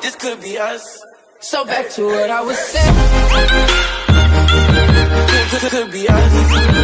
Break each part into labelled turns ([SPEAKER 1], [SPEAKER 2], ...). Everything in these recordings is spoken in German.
[SPEAKER 1] This could be us. So back to what I was saying. Could be us.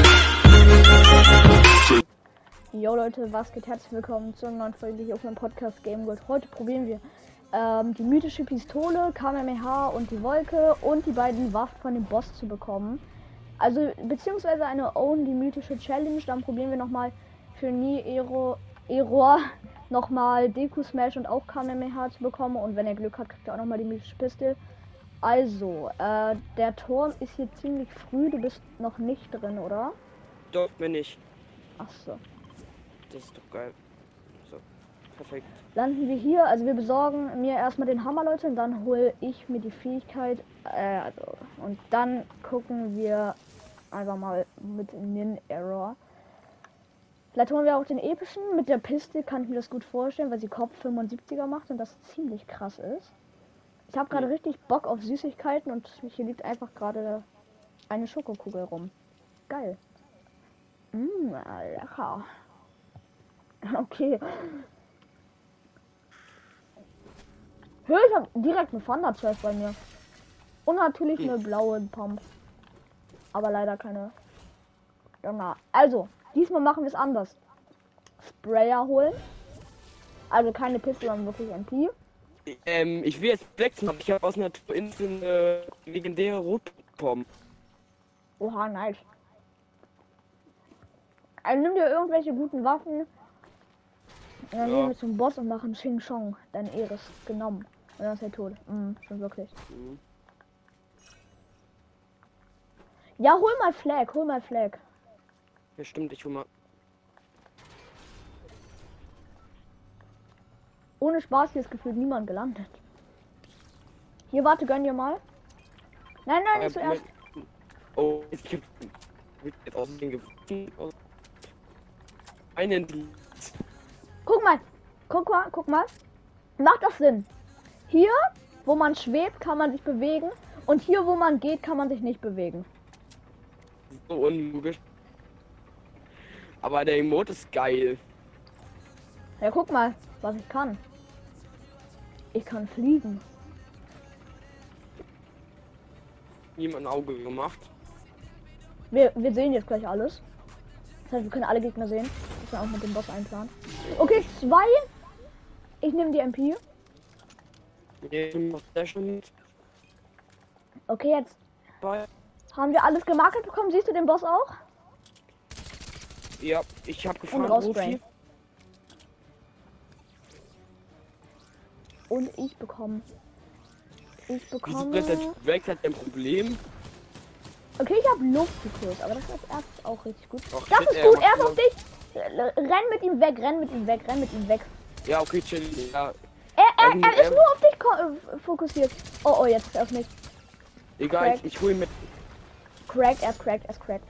[SPEAKER 2] Jo Leute, was geht? Herzlich willkommen zu einer neuen Folge hier auf meinem Podcast Game Gold. Heute probieren wir die mythische Pistole, Kamehameha und die Wolke und die beiden Waffen von dem Boss zu bekommen. Also beziehungsweise eine Only mythische Challenge. Dann probieren wir nochmal für Error nochmal Deku Smash und auch Kamehameha zu bekommen. Und wenn er Glück hat, kriegt er auch nochmal die mythische Pistole. Also, der Turm ist hier ziemlich früh. Du bist noch nicht drin, oder?
[SPEAKER 3] Doch, bin ich.
[SPEAKER 2] Ach so.
[SPEAKER 3] Das ist doch geil. So, perfekt.
[SPEAKER 2] Landen wir hier, also wir besorgen mir erstmal den Hammer, Leute, und dann hole ich mir die Fähigkeit, und dann gucken wir einfach mal mit Nin Error. Vielleicht holen wir auch den epischen. Mit der Piste kann ich mir das gut vorstellen, weil sie Kopf 75er macht und das ziemlich krass ist. Ich habe gerade richtig Bock auf Süßigkeiten und hier liegt einfach gerade eine Schokokugel rum. Geil. Lecker. Okay. Hör, ich habe direkt eine Thunder Chest bei mir. Und natürlich eine blaue Pump. Aber leider keine. Genau. Also, diesmal machen wir es anders. Sprayer holen. Also keine Pistole, sondern wirklich MP.
[SPEAKER 3] Ich will jetzt flexen, aber ich habe aus einer Insel eine legendäre Rotpom.
[SPEAKER 2] Oha, nice. Also nimm dir irgendwelche guten Waffen. Und dann gehen wir zum Boss und machen Ching Chong. Dein Ehre ist genommen. Und dann ist er tot. Schon wirklich. Ja, hol mal Flag, hol mal Flag.
[SPEAKER 3] Ja, stimmt, ich hol mal.
[SPEAKER 2] Ohne Spaß, hier ist gefühlt niemand gelandet. Hier, warte, gönn dir mal. Nein, nicht zuerst.
[SPEAKER 3] Oh, es gibt jetzt aus dem Gefühl einen.
[SPEAKER 2] Guck mal. Macht das Sinn? Hier, wo man schwebt, kann man sich bewegen. Und hier, wo man geht, kann man sich nicht bewegen.
[SPEAKER 3] So unlogisch. Aber der Emote ist geil.
[SPEAKER 2] Ja, guck mal, was ich kann. Ich kann fliegen.
[SPEAKER 3] Niemand ein Auge gemacht.
[SPEAKER 2] Wir sehen jetzt gleich alles. Das heißt, wir können alle Gegner sehen. Das wir auch mit dem Boss einplanen. Okay, 2. Ich nehme die MP. Okay, jetzt haben wir alles gemarkert bekommen. Siehst du den Boss auch?
[SPEAKER 3] Ja, ich habe gefahren.
[SPEAKER 2] Und ich bekomme.
[SPEAKER 3] Wieso ist der Rex hat ein Problem?
[SPEAKER 2] Okay, ich habe Luftzyklus, aber das ist als erstes auch richtig gut.
[SPEAKER 3] Och,
[SPEAKER 2] das
[SPEAKER 3] shit,
[SPEAKER 2] ist gut, er ist auf dich. Renn mit ihm weg.
[SPEAKER 3] Ja, okay, chill. Ja.
[SPEAKER 2] Er ist nur auf dich fokussiert. Oh, jetzt ist er auf mich.
[SPEAKER 3] Egal, ich hol ihn mit.
[SPEAKER 2] Er ist cracked.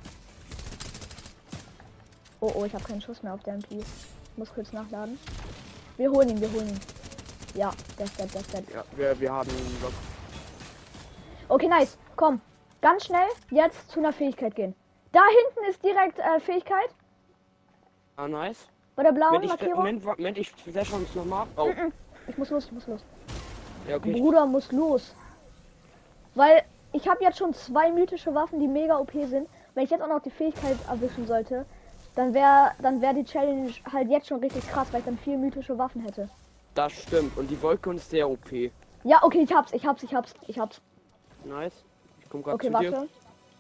[SPEAKER 2] Oh, ich habe keinen Schuss mehr auf der MP. Ich muss kurz nachladen. Wir holen ihn. Ja, der ist dead.
[SPEAKER 3] Ja, wir haben ihn.
[SPEAKER 2] Okay, nice. Komm. Ganz schnell jetzt zu einer Fähigkeit gehen. Da hinten ist direkt Fähigkeit.
[SPEAKER 3] Ah, nice.
[SPEAKER 2] Bei der blauen Markierung.
[SPEAKER 3] Moment, ich flash uns nochmal. Oh.
[SPEAKER 2] Ich muss los.
[SPEAKER 3] Ja, okay.
[SPEAKER 2] Bruder muss los. Weil ich habe jetzt schon 2 mythische Waffen, die mega OP sind. Wenn ich jetzt auch noch die Fähigkeit erwischen sollte, dann wäre die Challenge halt jetzt schon richtig krass, weil ich dann 4 mythische Waffen hätte.
[SPEAKER 3] Das stimmt. Und die Wolke ist sehr OP.
[SPEAKER 2] Ja, okay, ich hab's.
[SPEAKER 3] Nice. Ich komm grad
[SPEAKER 2] Okay,
[SPEAKER 3] zu
[SPEAKER 2] warte.
[SPEAKER 3] dir.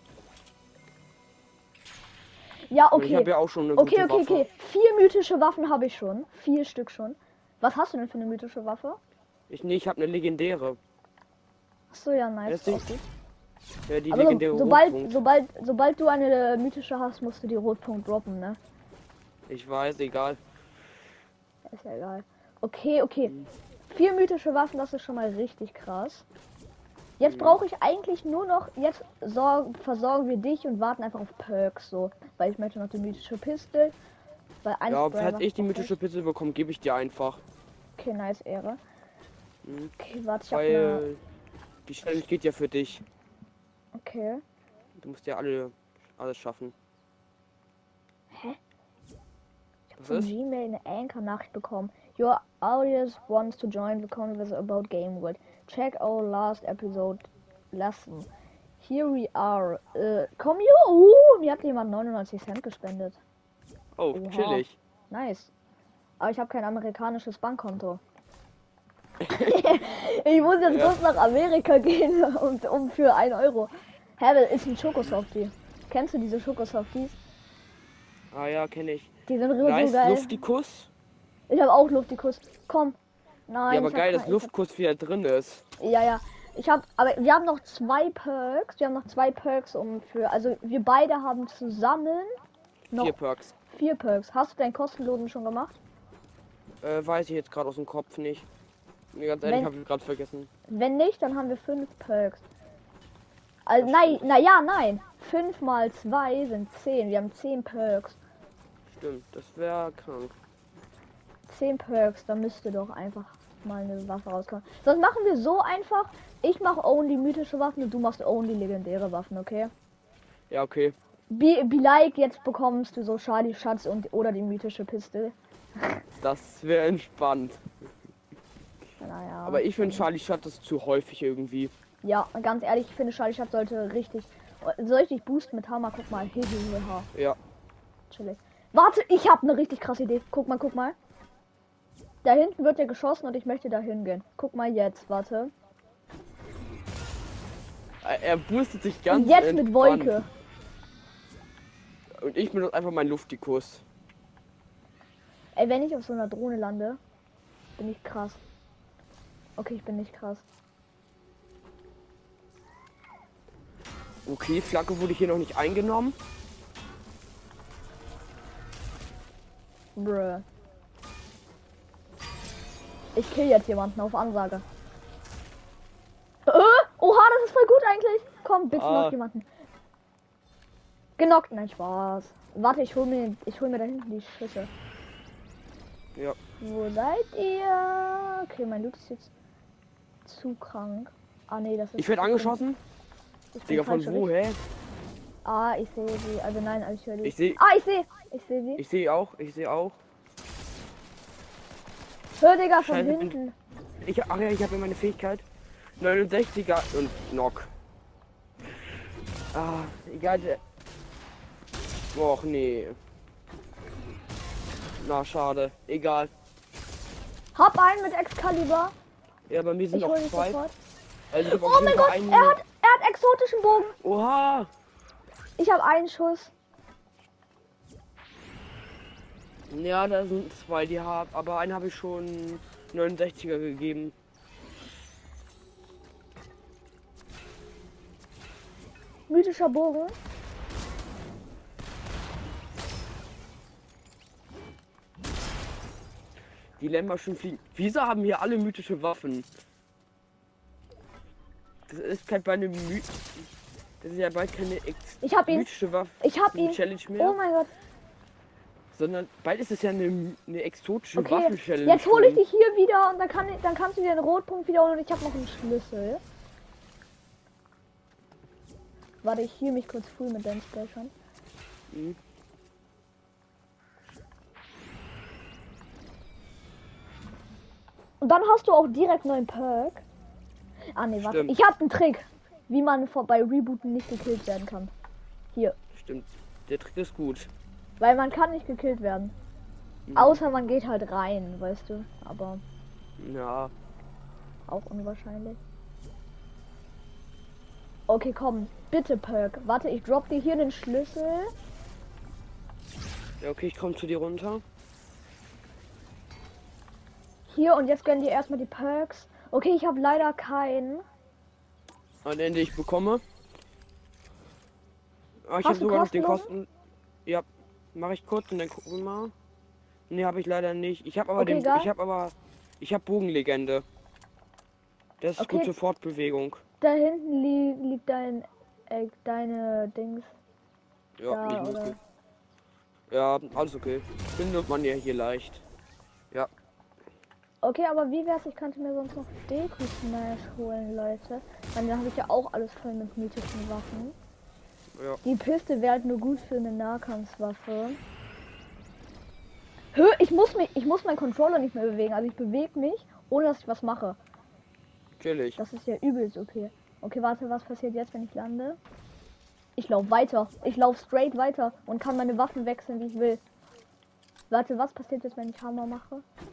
[SPEAKER 2] Ja, okay.
[SPEAKER 3] Ich habe ja auch schon eine gute Waffe.
[SPEAKER 2] Okay. 4 mythische Waffen habe ich schon. 4 Stück schon. Was hast du denn für eine mythische Waffe?
[SPEAKER 3] Ich habe eine legendäre.
[SPEAKER 2] Achso, ja, nice.
[SPEAKER 3] Ja, die
[SPEAKER 2] aber
[SPEAKER 3] legendäre
[SPEAKER 2] sobald du eine mythische hast, musst du die Rotpunkt droppen, ne?
[SPEAKER 3] Ich weiß, egal.
[SPEAKER 2] Ist ja egal. Okay. 4 mythische Waffen, das ist schon mal richtig krass. Jetzt brauche ich eigentlich nur noch, versorgen wir dich und warten einfach auf Perks, so. Weil ich möchte noch die mythische Pistole.
[SPEAKER 3] Ja, falls ich die mythische Pistole bekomme, gebe ich dir einfach.
[SPEAKER 2] Okay, nice, Ehre. Okay, warte, ich
[SPEAKER 3] Weil die Challenge geht ja für dich.
[SPEAKER 2] Okay.
[SPEAKER 3] Du musst ja alles schaffen.
[SPEAKER 2] Hä? Ich habe von Gmail eine Anchor-Nachricht bekommen. Your audience wants to join the conversation about Game World. Check our last episode lesson. Here we are. Komm, mir hat jemand 99 Cent gespendet.
[SPEAKER 3] Oh,
[SPEAKER 2] Oha.
[SPEAKER 3] chillig.
[SPEAKER 2] Nice. Aber ich habe kein amerikanisches Bankkonto. Ich muss jetzt kurz nach Amerika gehen, um für 1 Euro. Hä, ist ein Schokosoftie. Kennst du diese Schokosofties?
[SPEAKER 3] Ah ja, kenne ich.
[SPEAKER 2] Die sind
[SPEAKER 3] Nice,
[SPEAKER 2] so geil.
[SPEAKER 3] Luftikus.
[SPEAKER 2] Ich habe auch Luftikus. Komm. Nein.
[SPEAKER 3] Ja, aber
[SPEAKER 2] ich hab
[SPEAKER 3] geil, dass
[SPEAKER 2] kein-
[SPEAKER 3] Luftkuss wieder drin ist.
[SPEAKER 2] Ja. Aber wir haben noch 2 Perks. Also wir beide haben zusammen noch
[SPEAKER 3] 4 Perks.
[SPEAKER 2] 4 Perks. Hast du deinen kostenlosen schon gemacht?
[SPEAKER 3] Weiß ich jetzt gerade aus dem Kopf nicht. Mir ganz ehrlich,
[SPEAKER 2] Wenn-
[SPEAKER 3] habe ich gerade vergessen.
[SPEAKER 2] Wenn nicht, dann haben wir 5 Perks. Also, nein. 5 mal 2 sind 10. Wir haben 10 Perks.
[SPEAKER 3] Stimmt, das wäre krank.
[SPEAKER 2] 10 Perks, da müsste doch einfach mal eine Waffe rauskommen. Sonst machen wir so einfach. Ich mache only mythische Waffen und du machst only legendäre Waffen, okay?
[SPEAKER 3] Ja, okay.
[SPEAKER 2] Be like, jetzt bekommst du so Charlie Schatz oder die mythische Pistole.
[SPEAKER 3] Das wäre entspannt.
[SPEAKER 2] Naja.
[SPEAKER 3] Aber ich finde Charlie Shot ist zu häufig irgendwie.
[SPEAKER 2] Ja, ganz ehrlich, ich finde Charlie Schatz sollte richtig. Soll ich dich boosten mit Hammer? Guck mal.
[SPEAKER 3] Ja.
[SPEAKER 2] Chillig. Warte, ich habe eine richtig krasse Idee. Guck mal. Da hinten wird ja geschossen und ich möchte da hingehen. Guck mal jetzt, warte.
[SPEAKER 3] Er boostet sich ganz
[SPEAKER 2] Und jetzt mit
[SPEAKER 3] entspannt.
[SPEAKER 2] Wolke.
[SPEAKER 3] Und ich benutze einfach meinen Luftikus.
[SPEAKER 2] Ey, wenn ich auf so einer Drohne lande, bin ich krass. Okay, ich bin nicht krass.
[SPEAKER 3] Okay, Flagge wurde hier noch nicht eingenommen.
[SPEAKER 2] Bruh. Ich kill jetzt jemanden auf Ansage. Oha, das ist voll gut eigentlich. Komm, bitte noch jemanden. Genockt, nein, Spaß. Warte, ich hol mir da hinten die Schüsse.
[SPEAKER 3] Ja.
[SPEAKER 2] Wo seid ihr? Okay, mein Loot ist jetzt zu krank. Ah nee, das ist.
[SPEAKER 3] Ich werde angeschossen.
[SPEAKER 2] Ich bin
[SPEAKER 3] Digga, von
[SPEAKER 2] falsch
[SPEAKER 3] wo,
[SPEAKER 2] erwischt.
[SPEAKER 3] hä?
[SPEAKER 2] Ah, ich sehe sie. Also nein, ich höre die.
[SPEAKER 3] Ich sehe.
[SPEAKER 2] Ah, ich sehe sie.
[SPEAKER 3] Ich sehe auch.
[SPEAKER 2] Hör, Digga, von
[SPEAKER 3] Scheiße,
[SPEAKER 2] hinten.
[SPEAKER 3] Ach ja, ich habe ja meine Fähigkeit. 69er und Knock. Ah, egal. Och nee. Na, schade. Egal.
[SPEAKER 2] Hab einen mit Excalibur.
[SPEAKER 3] Ja, bei mir sind
[SPEAKER 2] Ich
[SPEAKER 3] noch
[SPEAKER 2] hol dich
[SPEAKER 3] 2.
[SPEAKER 2] sofort.
[SPEAKER 3] Also ich hab auf
[SPEAKER 2] Oh
[SPEAKER 3] jeden
[SPEAKER 2] mein
[SPEAKER 3] Fall
[SPEAKER 2] Gott,
[SPEAKER 3] einen.
[SPEAKER 2] er hat exotischen Bogen.
[SPEAKER 3] Oha!
[SPEAKER 2] Ich habe einen Schuss.
[SPEAKER 3] Ja, da sind 2, die haben. Aber einen habe ich schon 69er gegeben.
[SPEAKER 2] Mythischer Bogen.
[SPEAKER 3] Die Lämmer schon fliegen. Wieso haben hier alle mythische Waffen? Das ist kein bei einem Das ist ja bald keine
[SPEAKER 2] Ich hab ihn.
[SPEAKER 3] mythische Waffe.
[SPEAKER 2] Ich hab ihn.
[SPEAKER 3] Challenge mehr.
[SPEAKER 2] Oh mein Gott.
[SPEAKER 3] Sondern bald ist es ja eine exotische
[SPEAKER 2] Okay.
[SPEAKER 3] Waffen-Challenge.
[SPEAKER 2] Jetzt hole ich dich hier wieder und dann kannst du dir den Rotpunkt wiederholen und ich habe noch einen Schlüssel. Warte, ich hier mich kurz früh mit deinem Spell schon.
[SPEAKER 3] Mhm.
[SPEAKER 2] Und dann hast du auch direkt neuen Perk. Ah ne, warte.
[SPEAKER 3] Stimmt.
[SPEAKER 2] Ich habe einen Trick, wie man bei Rebooten nicht gekillt werden kann. Hier.
[SPEAKER 3] Stimmt. Der Trick ist gut.
[SPEAKER 2] Weil man kann nicht gekillt werden. Außer man geht halt rein, weißt du. Aber
[SPEAKER 3] Ja.
[SPEAKER 2] auch unwahrscheinlich. Okay, komm. Bitte, Perk. Warte, ich drop dir hier den Schlüssel.
[SPEAKER 3] Ja, okay, ich komme zu dir runter.
[SPEAKER 2] Hier und jetzt gönnen dir erstmal die Perks. Okay, ich habe leider keinen.
[SPEAKER 3] Am Ende ich bekomme. Ah, ich
[SPEAKER 2] Hast
[SPEAKER 3] habe
[SPEAKER 2] du
[SPEAKER 3] sogar noch den
[SPEAKER 2] kostenlosen?
[SPEAKER 3] Kosten. Ja, mache ich kurz und dann gucken wir mal. Nee, habe ich leider nicht. Ich habe aber
[SPEAKER 2] Okay, geil.
[SPEAKER 3] ich habe Bogenlegende. Das ist
[SPEAKER 2] Okay.
[SPEAKER 3] gut zur Fortbewegung.
[SPEAKER 2] Da hinten liegt deine Dings.
[SPEAKER 3] Ja,
[SPEAKER 2] Ja,
[SPEAKER 3] nicht
[SPEAKER 2] oder?
[SPEAKER 3] Muskel. Ja, alles okay. Findet man ja hier leicht. Ja.
[SPEAKER 2] Okay, aber wie wär's? Ich könnte mir sonst noch Deko Smash holen, Leute. Dann habe ich ja auch alles voll mit mythischen Waffen.
[SPEAKER 3] Ja.
[SPEAKER 2] Die Piste wäre halt nur gut für eine Nahkampfwaffe. Ich muss meinen Controller nicht mehr bewegen. Also ich bewege mich, ohne dass ich was mache.
[SPEAKER 3] Natürlich.
[SPEAKER 2] Das ist ja übelst okay. Okay, warte, was passiert jetzt, wenn ich lande? Ich laufe weiter. Ich laufe straight weiter und kann meine Waffen wechseln, wie ich will. Warte, was passiert jetzt, wenn ich Hammer mache?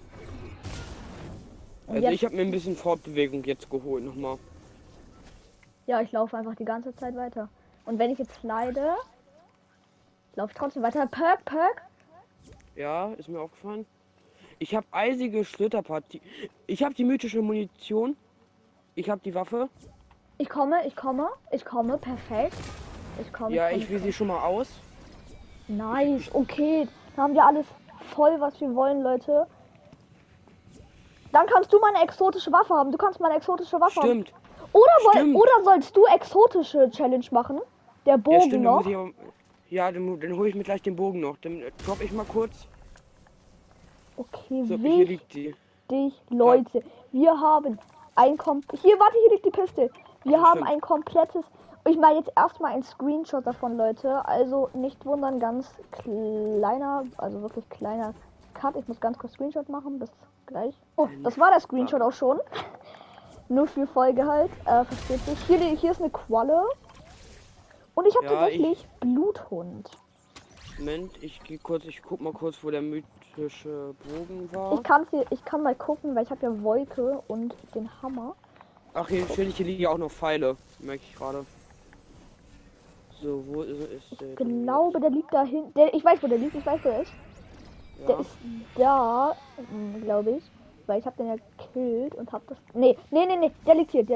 [SPEAKER 2] Und
[SPEAKER 3] Also
[SPEAKER 2] jetzt,
[SPEAKER 3] ich habe mir ein bisschen Fortbewegung jetzt geholt nochmal.
[SPEAKER 2] ja, ich laufe einfach die ganze Zeit weiter. Und wenn ich jetzt slide, laufe ich trotzdem weiter. Perk.
[SPEAKER 3] Ja, ist mir aufgefallen. Ich habe eisige Schlitterpartie. Ich habe die mythische Munition. Ich habe die Waffe.
[SPEAKER 2] Ich komme. Perfekt.
[SPEAKER 3] Ja, ich will sie schon mal aus.
[SPEAKER 2] Nice, okay. Da haben wir alles voll, was wir wollen, Leute. Dann kannst du meine exotische Waffe haben. Du kannst meine exotische Waffe haben.
[SPEAKER 3] Stimmt.
[SPEAKER 2] Oder sollst du exotische Challenge machen? Der Bogen
[SPEAKER 3] Ja, stimmt,
[SPEAKER 2] noch.
[SPEAKER 3] Dann hole ich mir gleich den Bogen noch. Dann droppe ich mal kurz.
[SPEAKER 2] Okay,
[SPEAKER 3] So, hier liegt die.
[SPEAKER 2] wichtig, Leute. Wir haben ein hier liegt die Piste. Wir haben
[SPEAKER 3] stimmt.
[SPEAKER 2] ein komplettes. Ich mache jetzt erstmal ein Screenshot davon, Leute. Also nicht wundern, ganz kleiner, also wirklich kleiner Cut. Ich muss ganz kurz Screenshot machen. Bis gleich. Oh, das war der Screenshot auch schon. Nur für Folge halt. Versteht sich. Hier ist eine Qualle. Und ich habe tatsächlich Bluthund.
[SPEAKER 3] Moment, ich guck mal kurz, wo der mythische Bogen war.
[SPEAKER 2] Ich kann mal gucken, weil ich habe ja Wolke und den Hammer.
[SPEAKER 3] Ach, hier liegen ja auch noch Pfeile. Merke ich gerade. So, wo ist der?
[SPEAKER 2] Ich glaube, der liegt da hinten. Ich weiß, wo der liegt. Ich weiß, wo der ist.
[SPEAKER 3] Ja.
[SPEAKER 2] Der ist da, glaube ich. Weil ich habe den ja gekillt und habe das. Nee. Der liegt hier.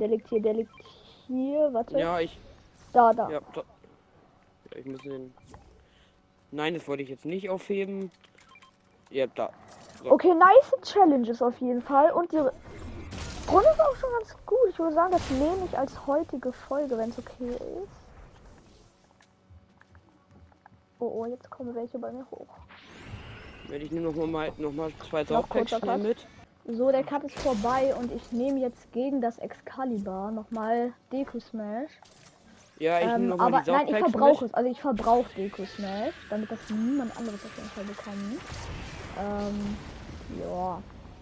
[SPEAKER 2] Warte.
[SPEAKER 3] Ja,
[SPEAKER 2] Da.
[SPEAKER 3] Ja, ja, ich muss den. Nein, das wollte ich jetzt nicht aufheben. Ja, da. So.
[SPEAKER 2] Okay, nice Challenges auf jeden Fall. Und die Runde ist auch schon ganz gut. Ich würde sagen, das nehme ich als heutige Folge, wenn es okay ist. Oh, jetzt kommen welche bei mir hoch.
[SPEAKER 3] Ich nehme noch mal 2
[SPEAKER 2] Noch
[SPEAKER 3] Saufpacks
[SPEAKER 2] kurzer
[SPEAKER 3] schnell
[SPEAKER 2] Cut.
[SPEAKER 3] mit.
[SPEAKER 2] So, der Cut ist vorbei und ich nehme jetzt gegen das Excalibur nochmal Deko Smash.
[SPEAKER 3] Ja, ich nehme noch mal
[SPEAKER 2] Aber
[SPEAKER 3] die
[SPEAKER 2] nein,
[SPEAKER 3] Saufpacks
[SPEAKER 2] ich verbrauche
[SPEAKER 3] mit.
[SPEAKER 2] es. Also ich verbrauche Deko Smash, damit das niemand anderes auf jeden Fall bekommt. Ja.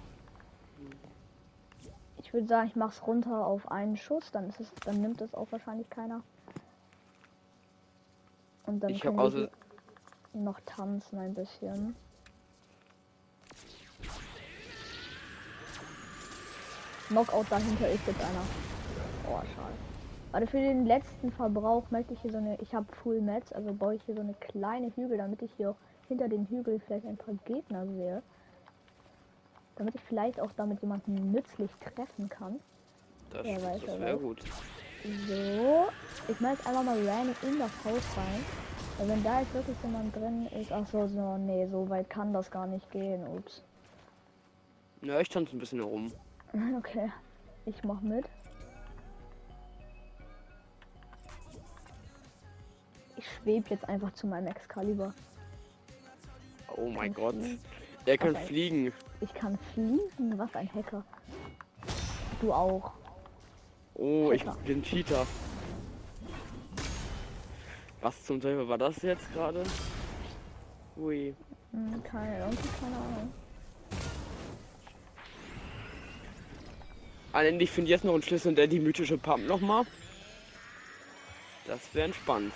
[SPEAKER 2] Ich würde sagen, ich mache es runter auf einen Schuss, dann nimmt es auch wahrscheinlich keiner. Und dann
[SPEAKER 3] Ich
[SPEAKER 2] können
[SPEAKER 3] habe
[SPEAKER 2] wir hier noch tanzen ein bisschen. Knockout dahinter ist jetzt einer. Oh, schade. Warte, für den letzten Verbrauch möchte ich hier ich habe Full Mats, also baue ich hier so eine kleine Hügel, damit ich hier auch hinter den Hügel vielleicht ein paar Gegner sehe. Damit ich vielleicht auch damit jemanden nützlich treffen kann.
[SPEAKER 3] Das
[SPEAKER 2] wer
[SPEAKER 3] wäre
[SPEAKER 2] weiß.
[SPEAKER 3] gut.
[SPEAKER 2] So, ich mache jetzt einfach mal random in das Haus rein. Weil wenn da jetzt wirklich jemand drin ist, ach so, nee, so weit kann das gar nicht gehen, ups.
[SPEAKER 3] Ja, ich tanze ein bisschen herum.
[SPEAKER 2] Okay, ich mach mit. Ich schwebe jetzt einfach zu meinem Excalibur.
[SPEAKER 3] Oh mein
[SPEAKER 2] Kann
[SPEAKER 3] Gott.
[SPEAKER 2] fliegen.
[SPEAKER 3] Der kann
[SPEAKER 2] Okay.
[SPEAKER 3] fliegen.
[SPEAKER 2] Ich kann fliegen, was ein Hacker. Du auch.
[SPEAKER 3] Oh, ich
[SPEAKER 2] Hacker.
[SPEAKER 3] bin Cheater. Was zum Teufel war das jetzt gerade? Ui.
[SPEAKER 2] Keine Ahnung.
[SPEAKER 3] Ich finde jetzt noch einen Schlüssel und der die mythische Pump nochmal. Das wäre entspannt.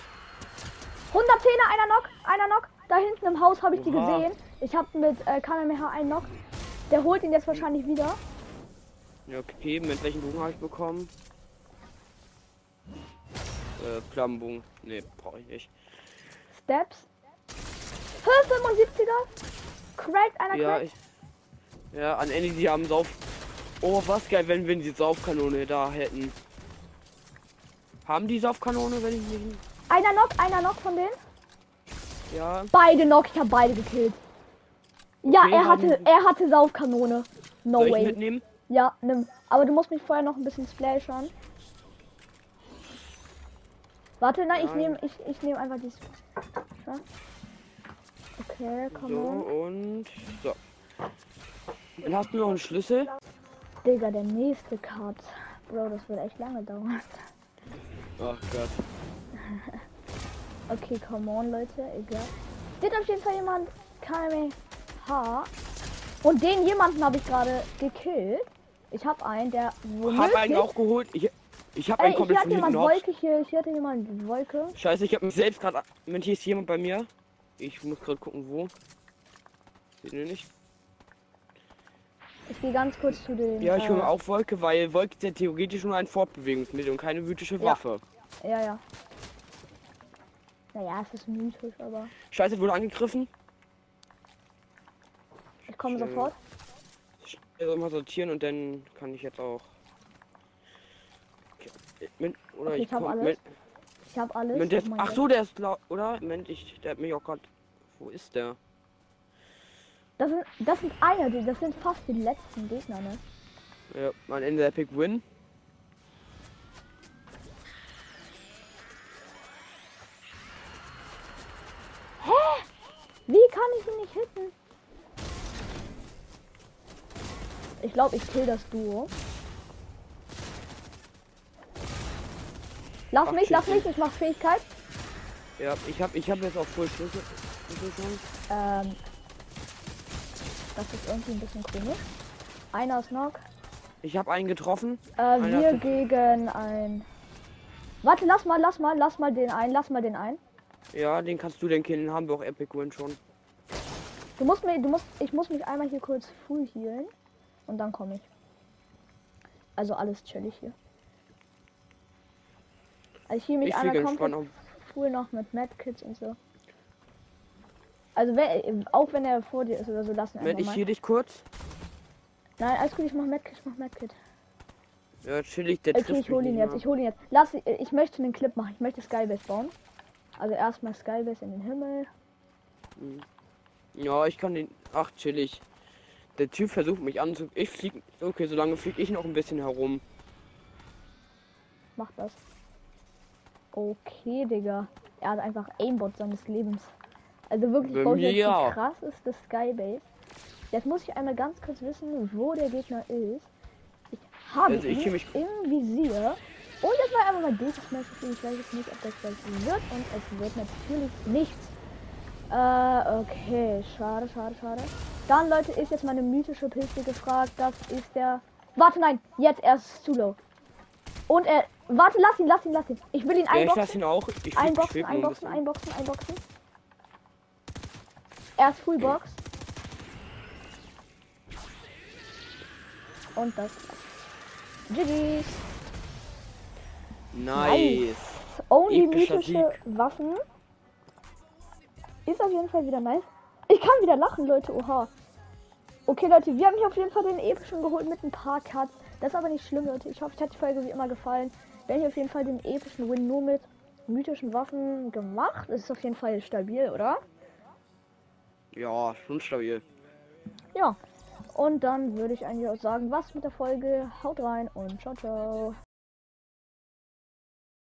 [SPEAKER 2] 110er, einer Knock. Da hinten im Haus habe ich die
[SPEAKER 3] Oha.
[SPEAKER 2] gesehen. Ich habe mit Kamehameha einen Knock. Der holt ihn jetzt wahrscheinlich wieder.
[SPEAKER 3] Ja, okay, mit welchem Bogen habe ich bekommen? Flammenbogen. Ne, brauche ich nicht.
[SPEAKER 2] Steps. 75er. Cracked, einer
[SPEAKER 3] Ja,
[SPEAKER 2] cracked.
[SPEAKER 3] ja, an Ende, die haben Sauf. Oh, was geil, wenn wir die Saufkanone da hätten. Haben die Saufkanone, wenn ich nicht.
[SPEAKER 2] Einer Knock von denen.
[SPEAKER 3] Ja.
[SPEAKER 2] Beide Knock, ich habe beide gekillt. Ja,
[SPEAKER 3] Okay,
[SPEAKER 2] er hatte Saufkanone. No
[SPEAKER 3] Soll ich
[SPEAKER 2] way.
[SPEAKER 3] mitnehmen?
[SPEAKER 2] Ja, nimm. Aber du musst mich vorher noch ein bisschen splashen. Warte, nein,
[SPEAKER 3] Ja.
[SPEAKER 2] ich nehme einfach die. Okay, komm
[SPEAKER 3] So,
[SPEAKER 2] on.
[SPEAKER 3] und. So. Dann hast du noch einen Schlüssel.
[SPEAKER 2] Digga, der nächste Cut. Bro, das wird echt lange dauern.
[SPEAKER 3] Ach Gott.
[SPEAKER 2] Okay, come on, Leute, egal. Steht auf jeden Fall jemand. Oha. Und den jemanden habe ich gerade gekillt. Ich habe einen, der
[SPEAKER 3] Hab einen auch geholt. Ich habe einen
[SPEAKER 2] Ey,
[SPEAKER 3] komplett
[SPEAKER 2] hier
[SPEAKER 3] von
[SPEAKER 2] hat
[SPEAKER 3] hinten
[SPEAKER 2] jemand
[SPEAKER 3] hops.
[SPEAKER 2] Wolke hier. Hier hat jemand Wolke.
[SPEAKER 3] Scheiße, ich habe mich selbst gerade. Moment, hier ist jemand bei mir. Ich muss gerade gucken, wo. Seht ihr nicht?
[SPEAKER 2] Ich gehe ganz kurz zu den.
[SPEAKER 3] Ja, ich hole auch Wolke, weil Wolke ist ja theoretisch nur ein Fortbewegungsmittel und keine mythische Waffe.
[SPEAKER 2] Ja, ja. Naja, es ist mythisch, aber.
[SPEAKER 3] Scheiße, wurde angegriffen.
[SPEAKER 2] Ich komme sofort.
[SPEAKER 3] Also mal sortieren und dann kann ich jetzt auch. Oder
[SPEAKER 2] Okay, ich habe alles. Ich habe alles.
[SPEAKER 3] Moment, der ist,
[SPEAKER 2] Oh mein
[SPEAKER 3] ach
[SPEAKER 2] Gott.
[SPEAKER 3] so, der ist oder? Moment, der hat mich auch gerade. Wo ist der?
[SPEAKER 2] Das sind einer, das sind fast die letzten Gegner, ne?
[SPEAKER 3] Ja, mein Ende der Epic Win.
[SPEAKER 2] Wie kann ich ihn nicht hitten? Ich glaube, ich kill das Duo. Lass
[SPEAKER 3] Ach,
[SPEAKER 2] mich,
[SPEAKER 3] shit.
[SPEAKER 2] ich mach Fähigkeit.
[SPEAKER 3] Ja, ich hab jetzt auch voll Schlüssel schon.
[SPEAKER 2] Das ist irgendwie ein bisschen komisch. Einer ist knock.
[SPEAKER 3] Ich habe einen getroffen. Einer
[SPEAKER 2] Wir
[SPEAKER 3] hat-
[SPEAKER 2] gegen ein. Warte, lass mal den ein.
[SPEAKER 3] Ja, den kannst du den killen, haben wir auch Epic Win schon.
[SPEAKER 2] Ich muss mich einmal hier kurz full healen. Und dann komme ich. Also alles chillig hier. Also ich heal mich
[SPEAKER 3] Ich
[SPEAKER 2] einmal
[SPEAKER 3] fliege
[SPEAKER 2] komplett
[SPEAKER 3] entspannt
[SPEAKER 2] full noch mit Medkits und so. Also auch wenn er vor dir ist oder so, lassen
[SPEAKER 3] Moment,
[SPEAKER 2] einfach
[SPEAKER 3] ich
[SPEAKER 2] mal.
[SPEAKER 3] hier dich kurz.
[SPEAKER 2] Nein, alles gut, ich mach Medkit,
[SPEAKER 3] Ja, chillig, der
[SPEAKER 2] Okay,
[SPEAKER 3] trifft
[SPEAKER 2] ich hole
[SPEAKER 3] mich
[SPEAKER 2] ihn
[SPEAKER 3] nicht
[SPEAKER 2] jetzt, ich möchte einen Clip machen, ich möchte Skybase bauen. Also erstmal Skybase in den Himmel.
[SPEAKER 3] mehr. Ja, ich kann den. Ach, chillig. Der Typ versucht mich anzu. Ich flieg. Okay, solange fliege ich noch ein bisschen herum.
[SPEAKER 2] Mach das. Okay, Digga. Er hat einfach Aimbot seines Lebens. Also wirklich,
[SPEAKER 3] Bei
[SPEAKER 2] baue ich
[SPEAKER 3] mir
[SPEAKER 2] jetzt
[SPEAKER 3] ja.
[SPEAKER 2] die krasseste Skybase. Jetzt muss ich einmal ganz kurz wissen, wo der Gegner ist. Ich habe
[SPEAKER 3] Also ich
[SPEAKER 2] ihn
[SPEAKER 3] heal mich-
[SPEAKER 2] im Visier. Und jetzt war einfach mal dieses Match. Ich weiß jetzt nicht, ob das gleich wird. Und es wird natürlich nichts. Okay. Schade. Dann, Leute, ist jetzt meine mythische Pilze gefragt. Das ist der... Warte, nein. Jetzt erst zu low. Und er... Warte, lass ihn. Ich will ihn
[SPEAKER 3] Ja, ich
[SPEAKER 2] einboxen.
[SPEAKER 3] lasse ihn auch. Ich
[SPEAKER 2] Einboxen.
[SPEAKER 3] schweb nur ein bisschen.
[SPEAKER 2] Er ist Fullbox. Und das. GG's.
[SPEAKER 3] Nice.
[SPEAKER 2] Only
[SPEAKER 3] Epischer
[SPEAKER 2] mythische Waffen. Ist auf jeden Fall wieder nice. Ich kann wieder lachen, Leute. Oha. Okay, Leute, wir haben hier auf jeden Fall den epischen geholt mit ein paar Cuts. Das ist aber nicht schlimm, Leute. Ich hoffe, euch hat die Folge wie immer gefallen. Wir haben hier auf jeden Fall den epischen Win nur mit mythischen Waffen gemacht. Das ist auf jeden Fall stabil, oder?
[SPEAKER 3] Ja, schon stabil.
[SPEAKER 2] Ja. Und dann würde ich eigentlich auch sagen, was mit der Folge. Haut rein und ciao, ciao.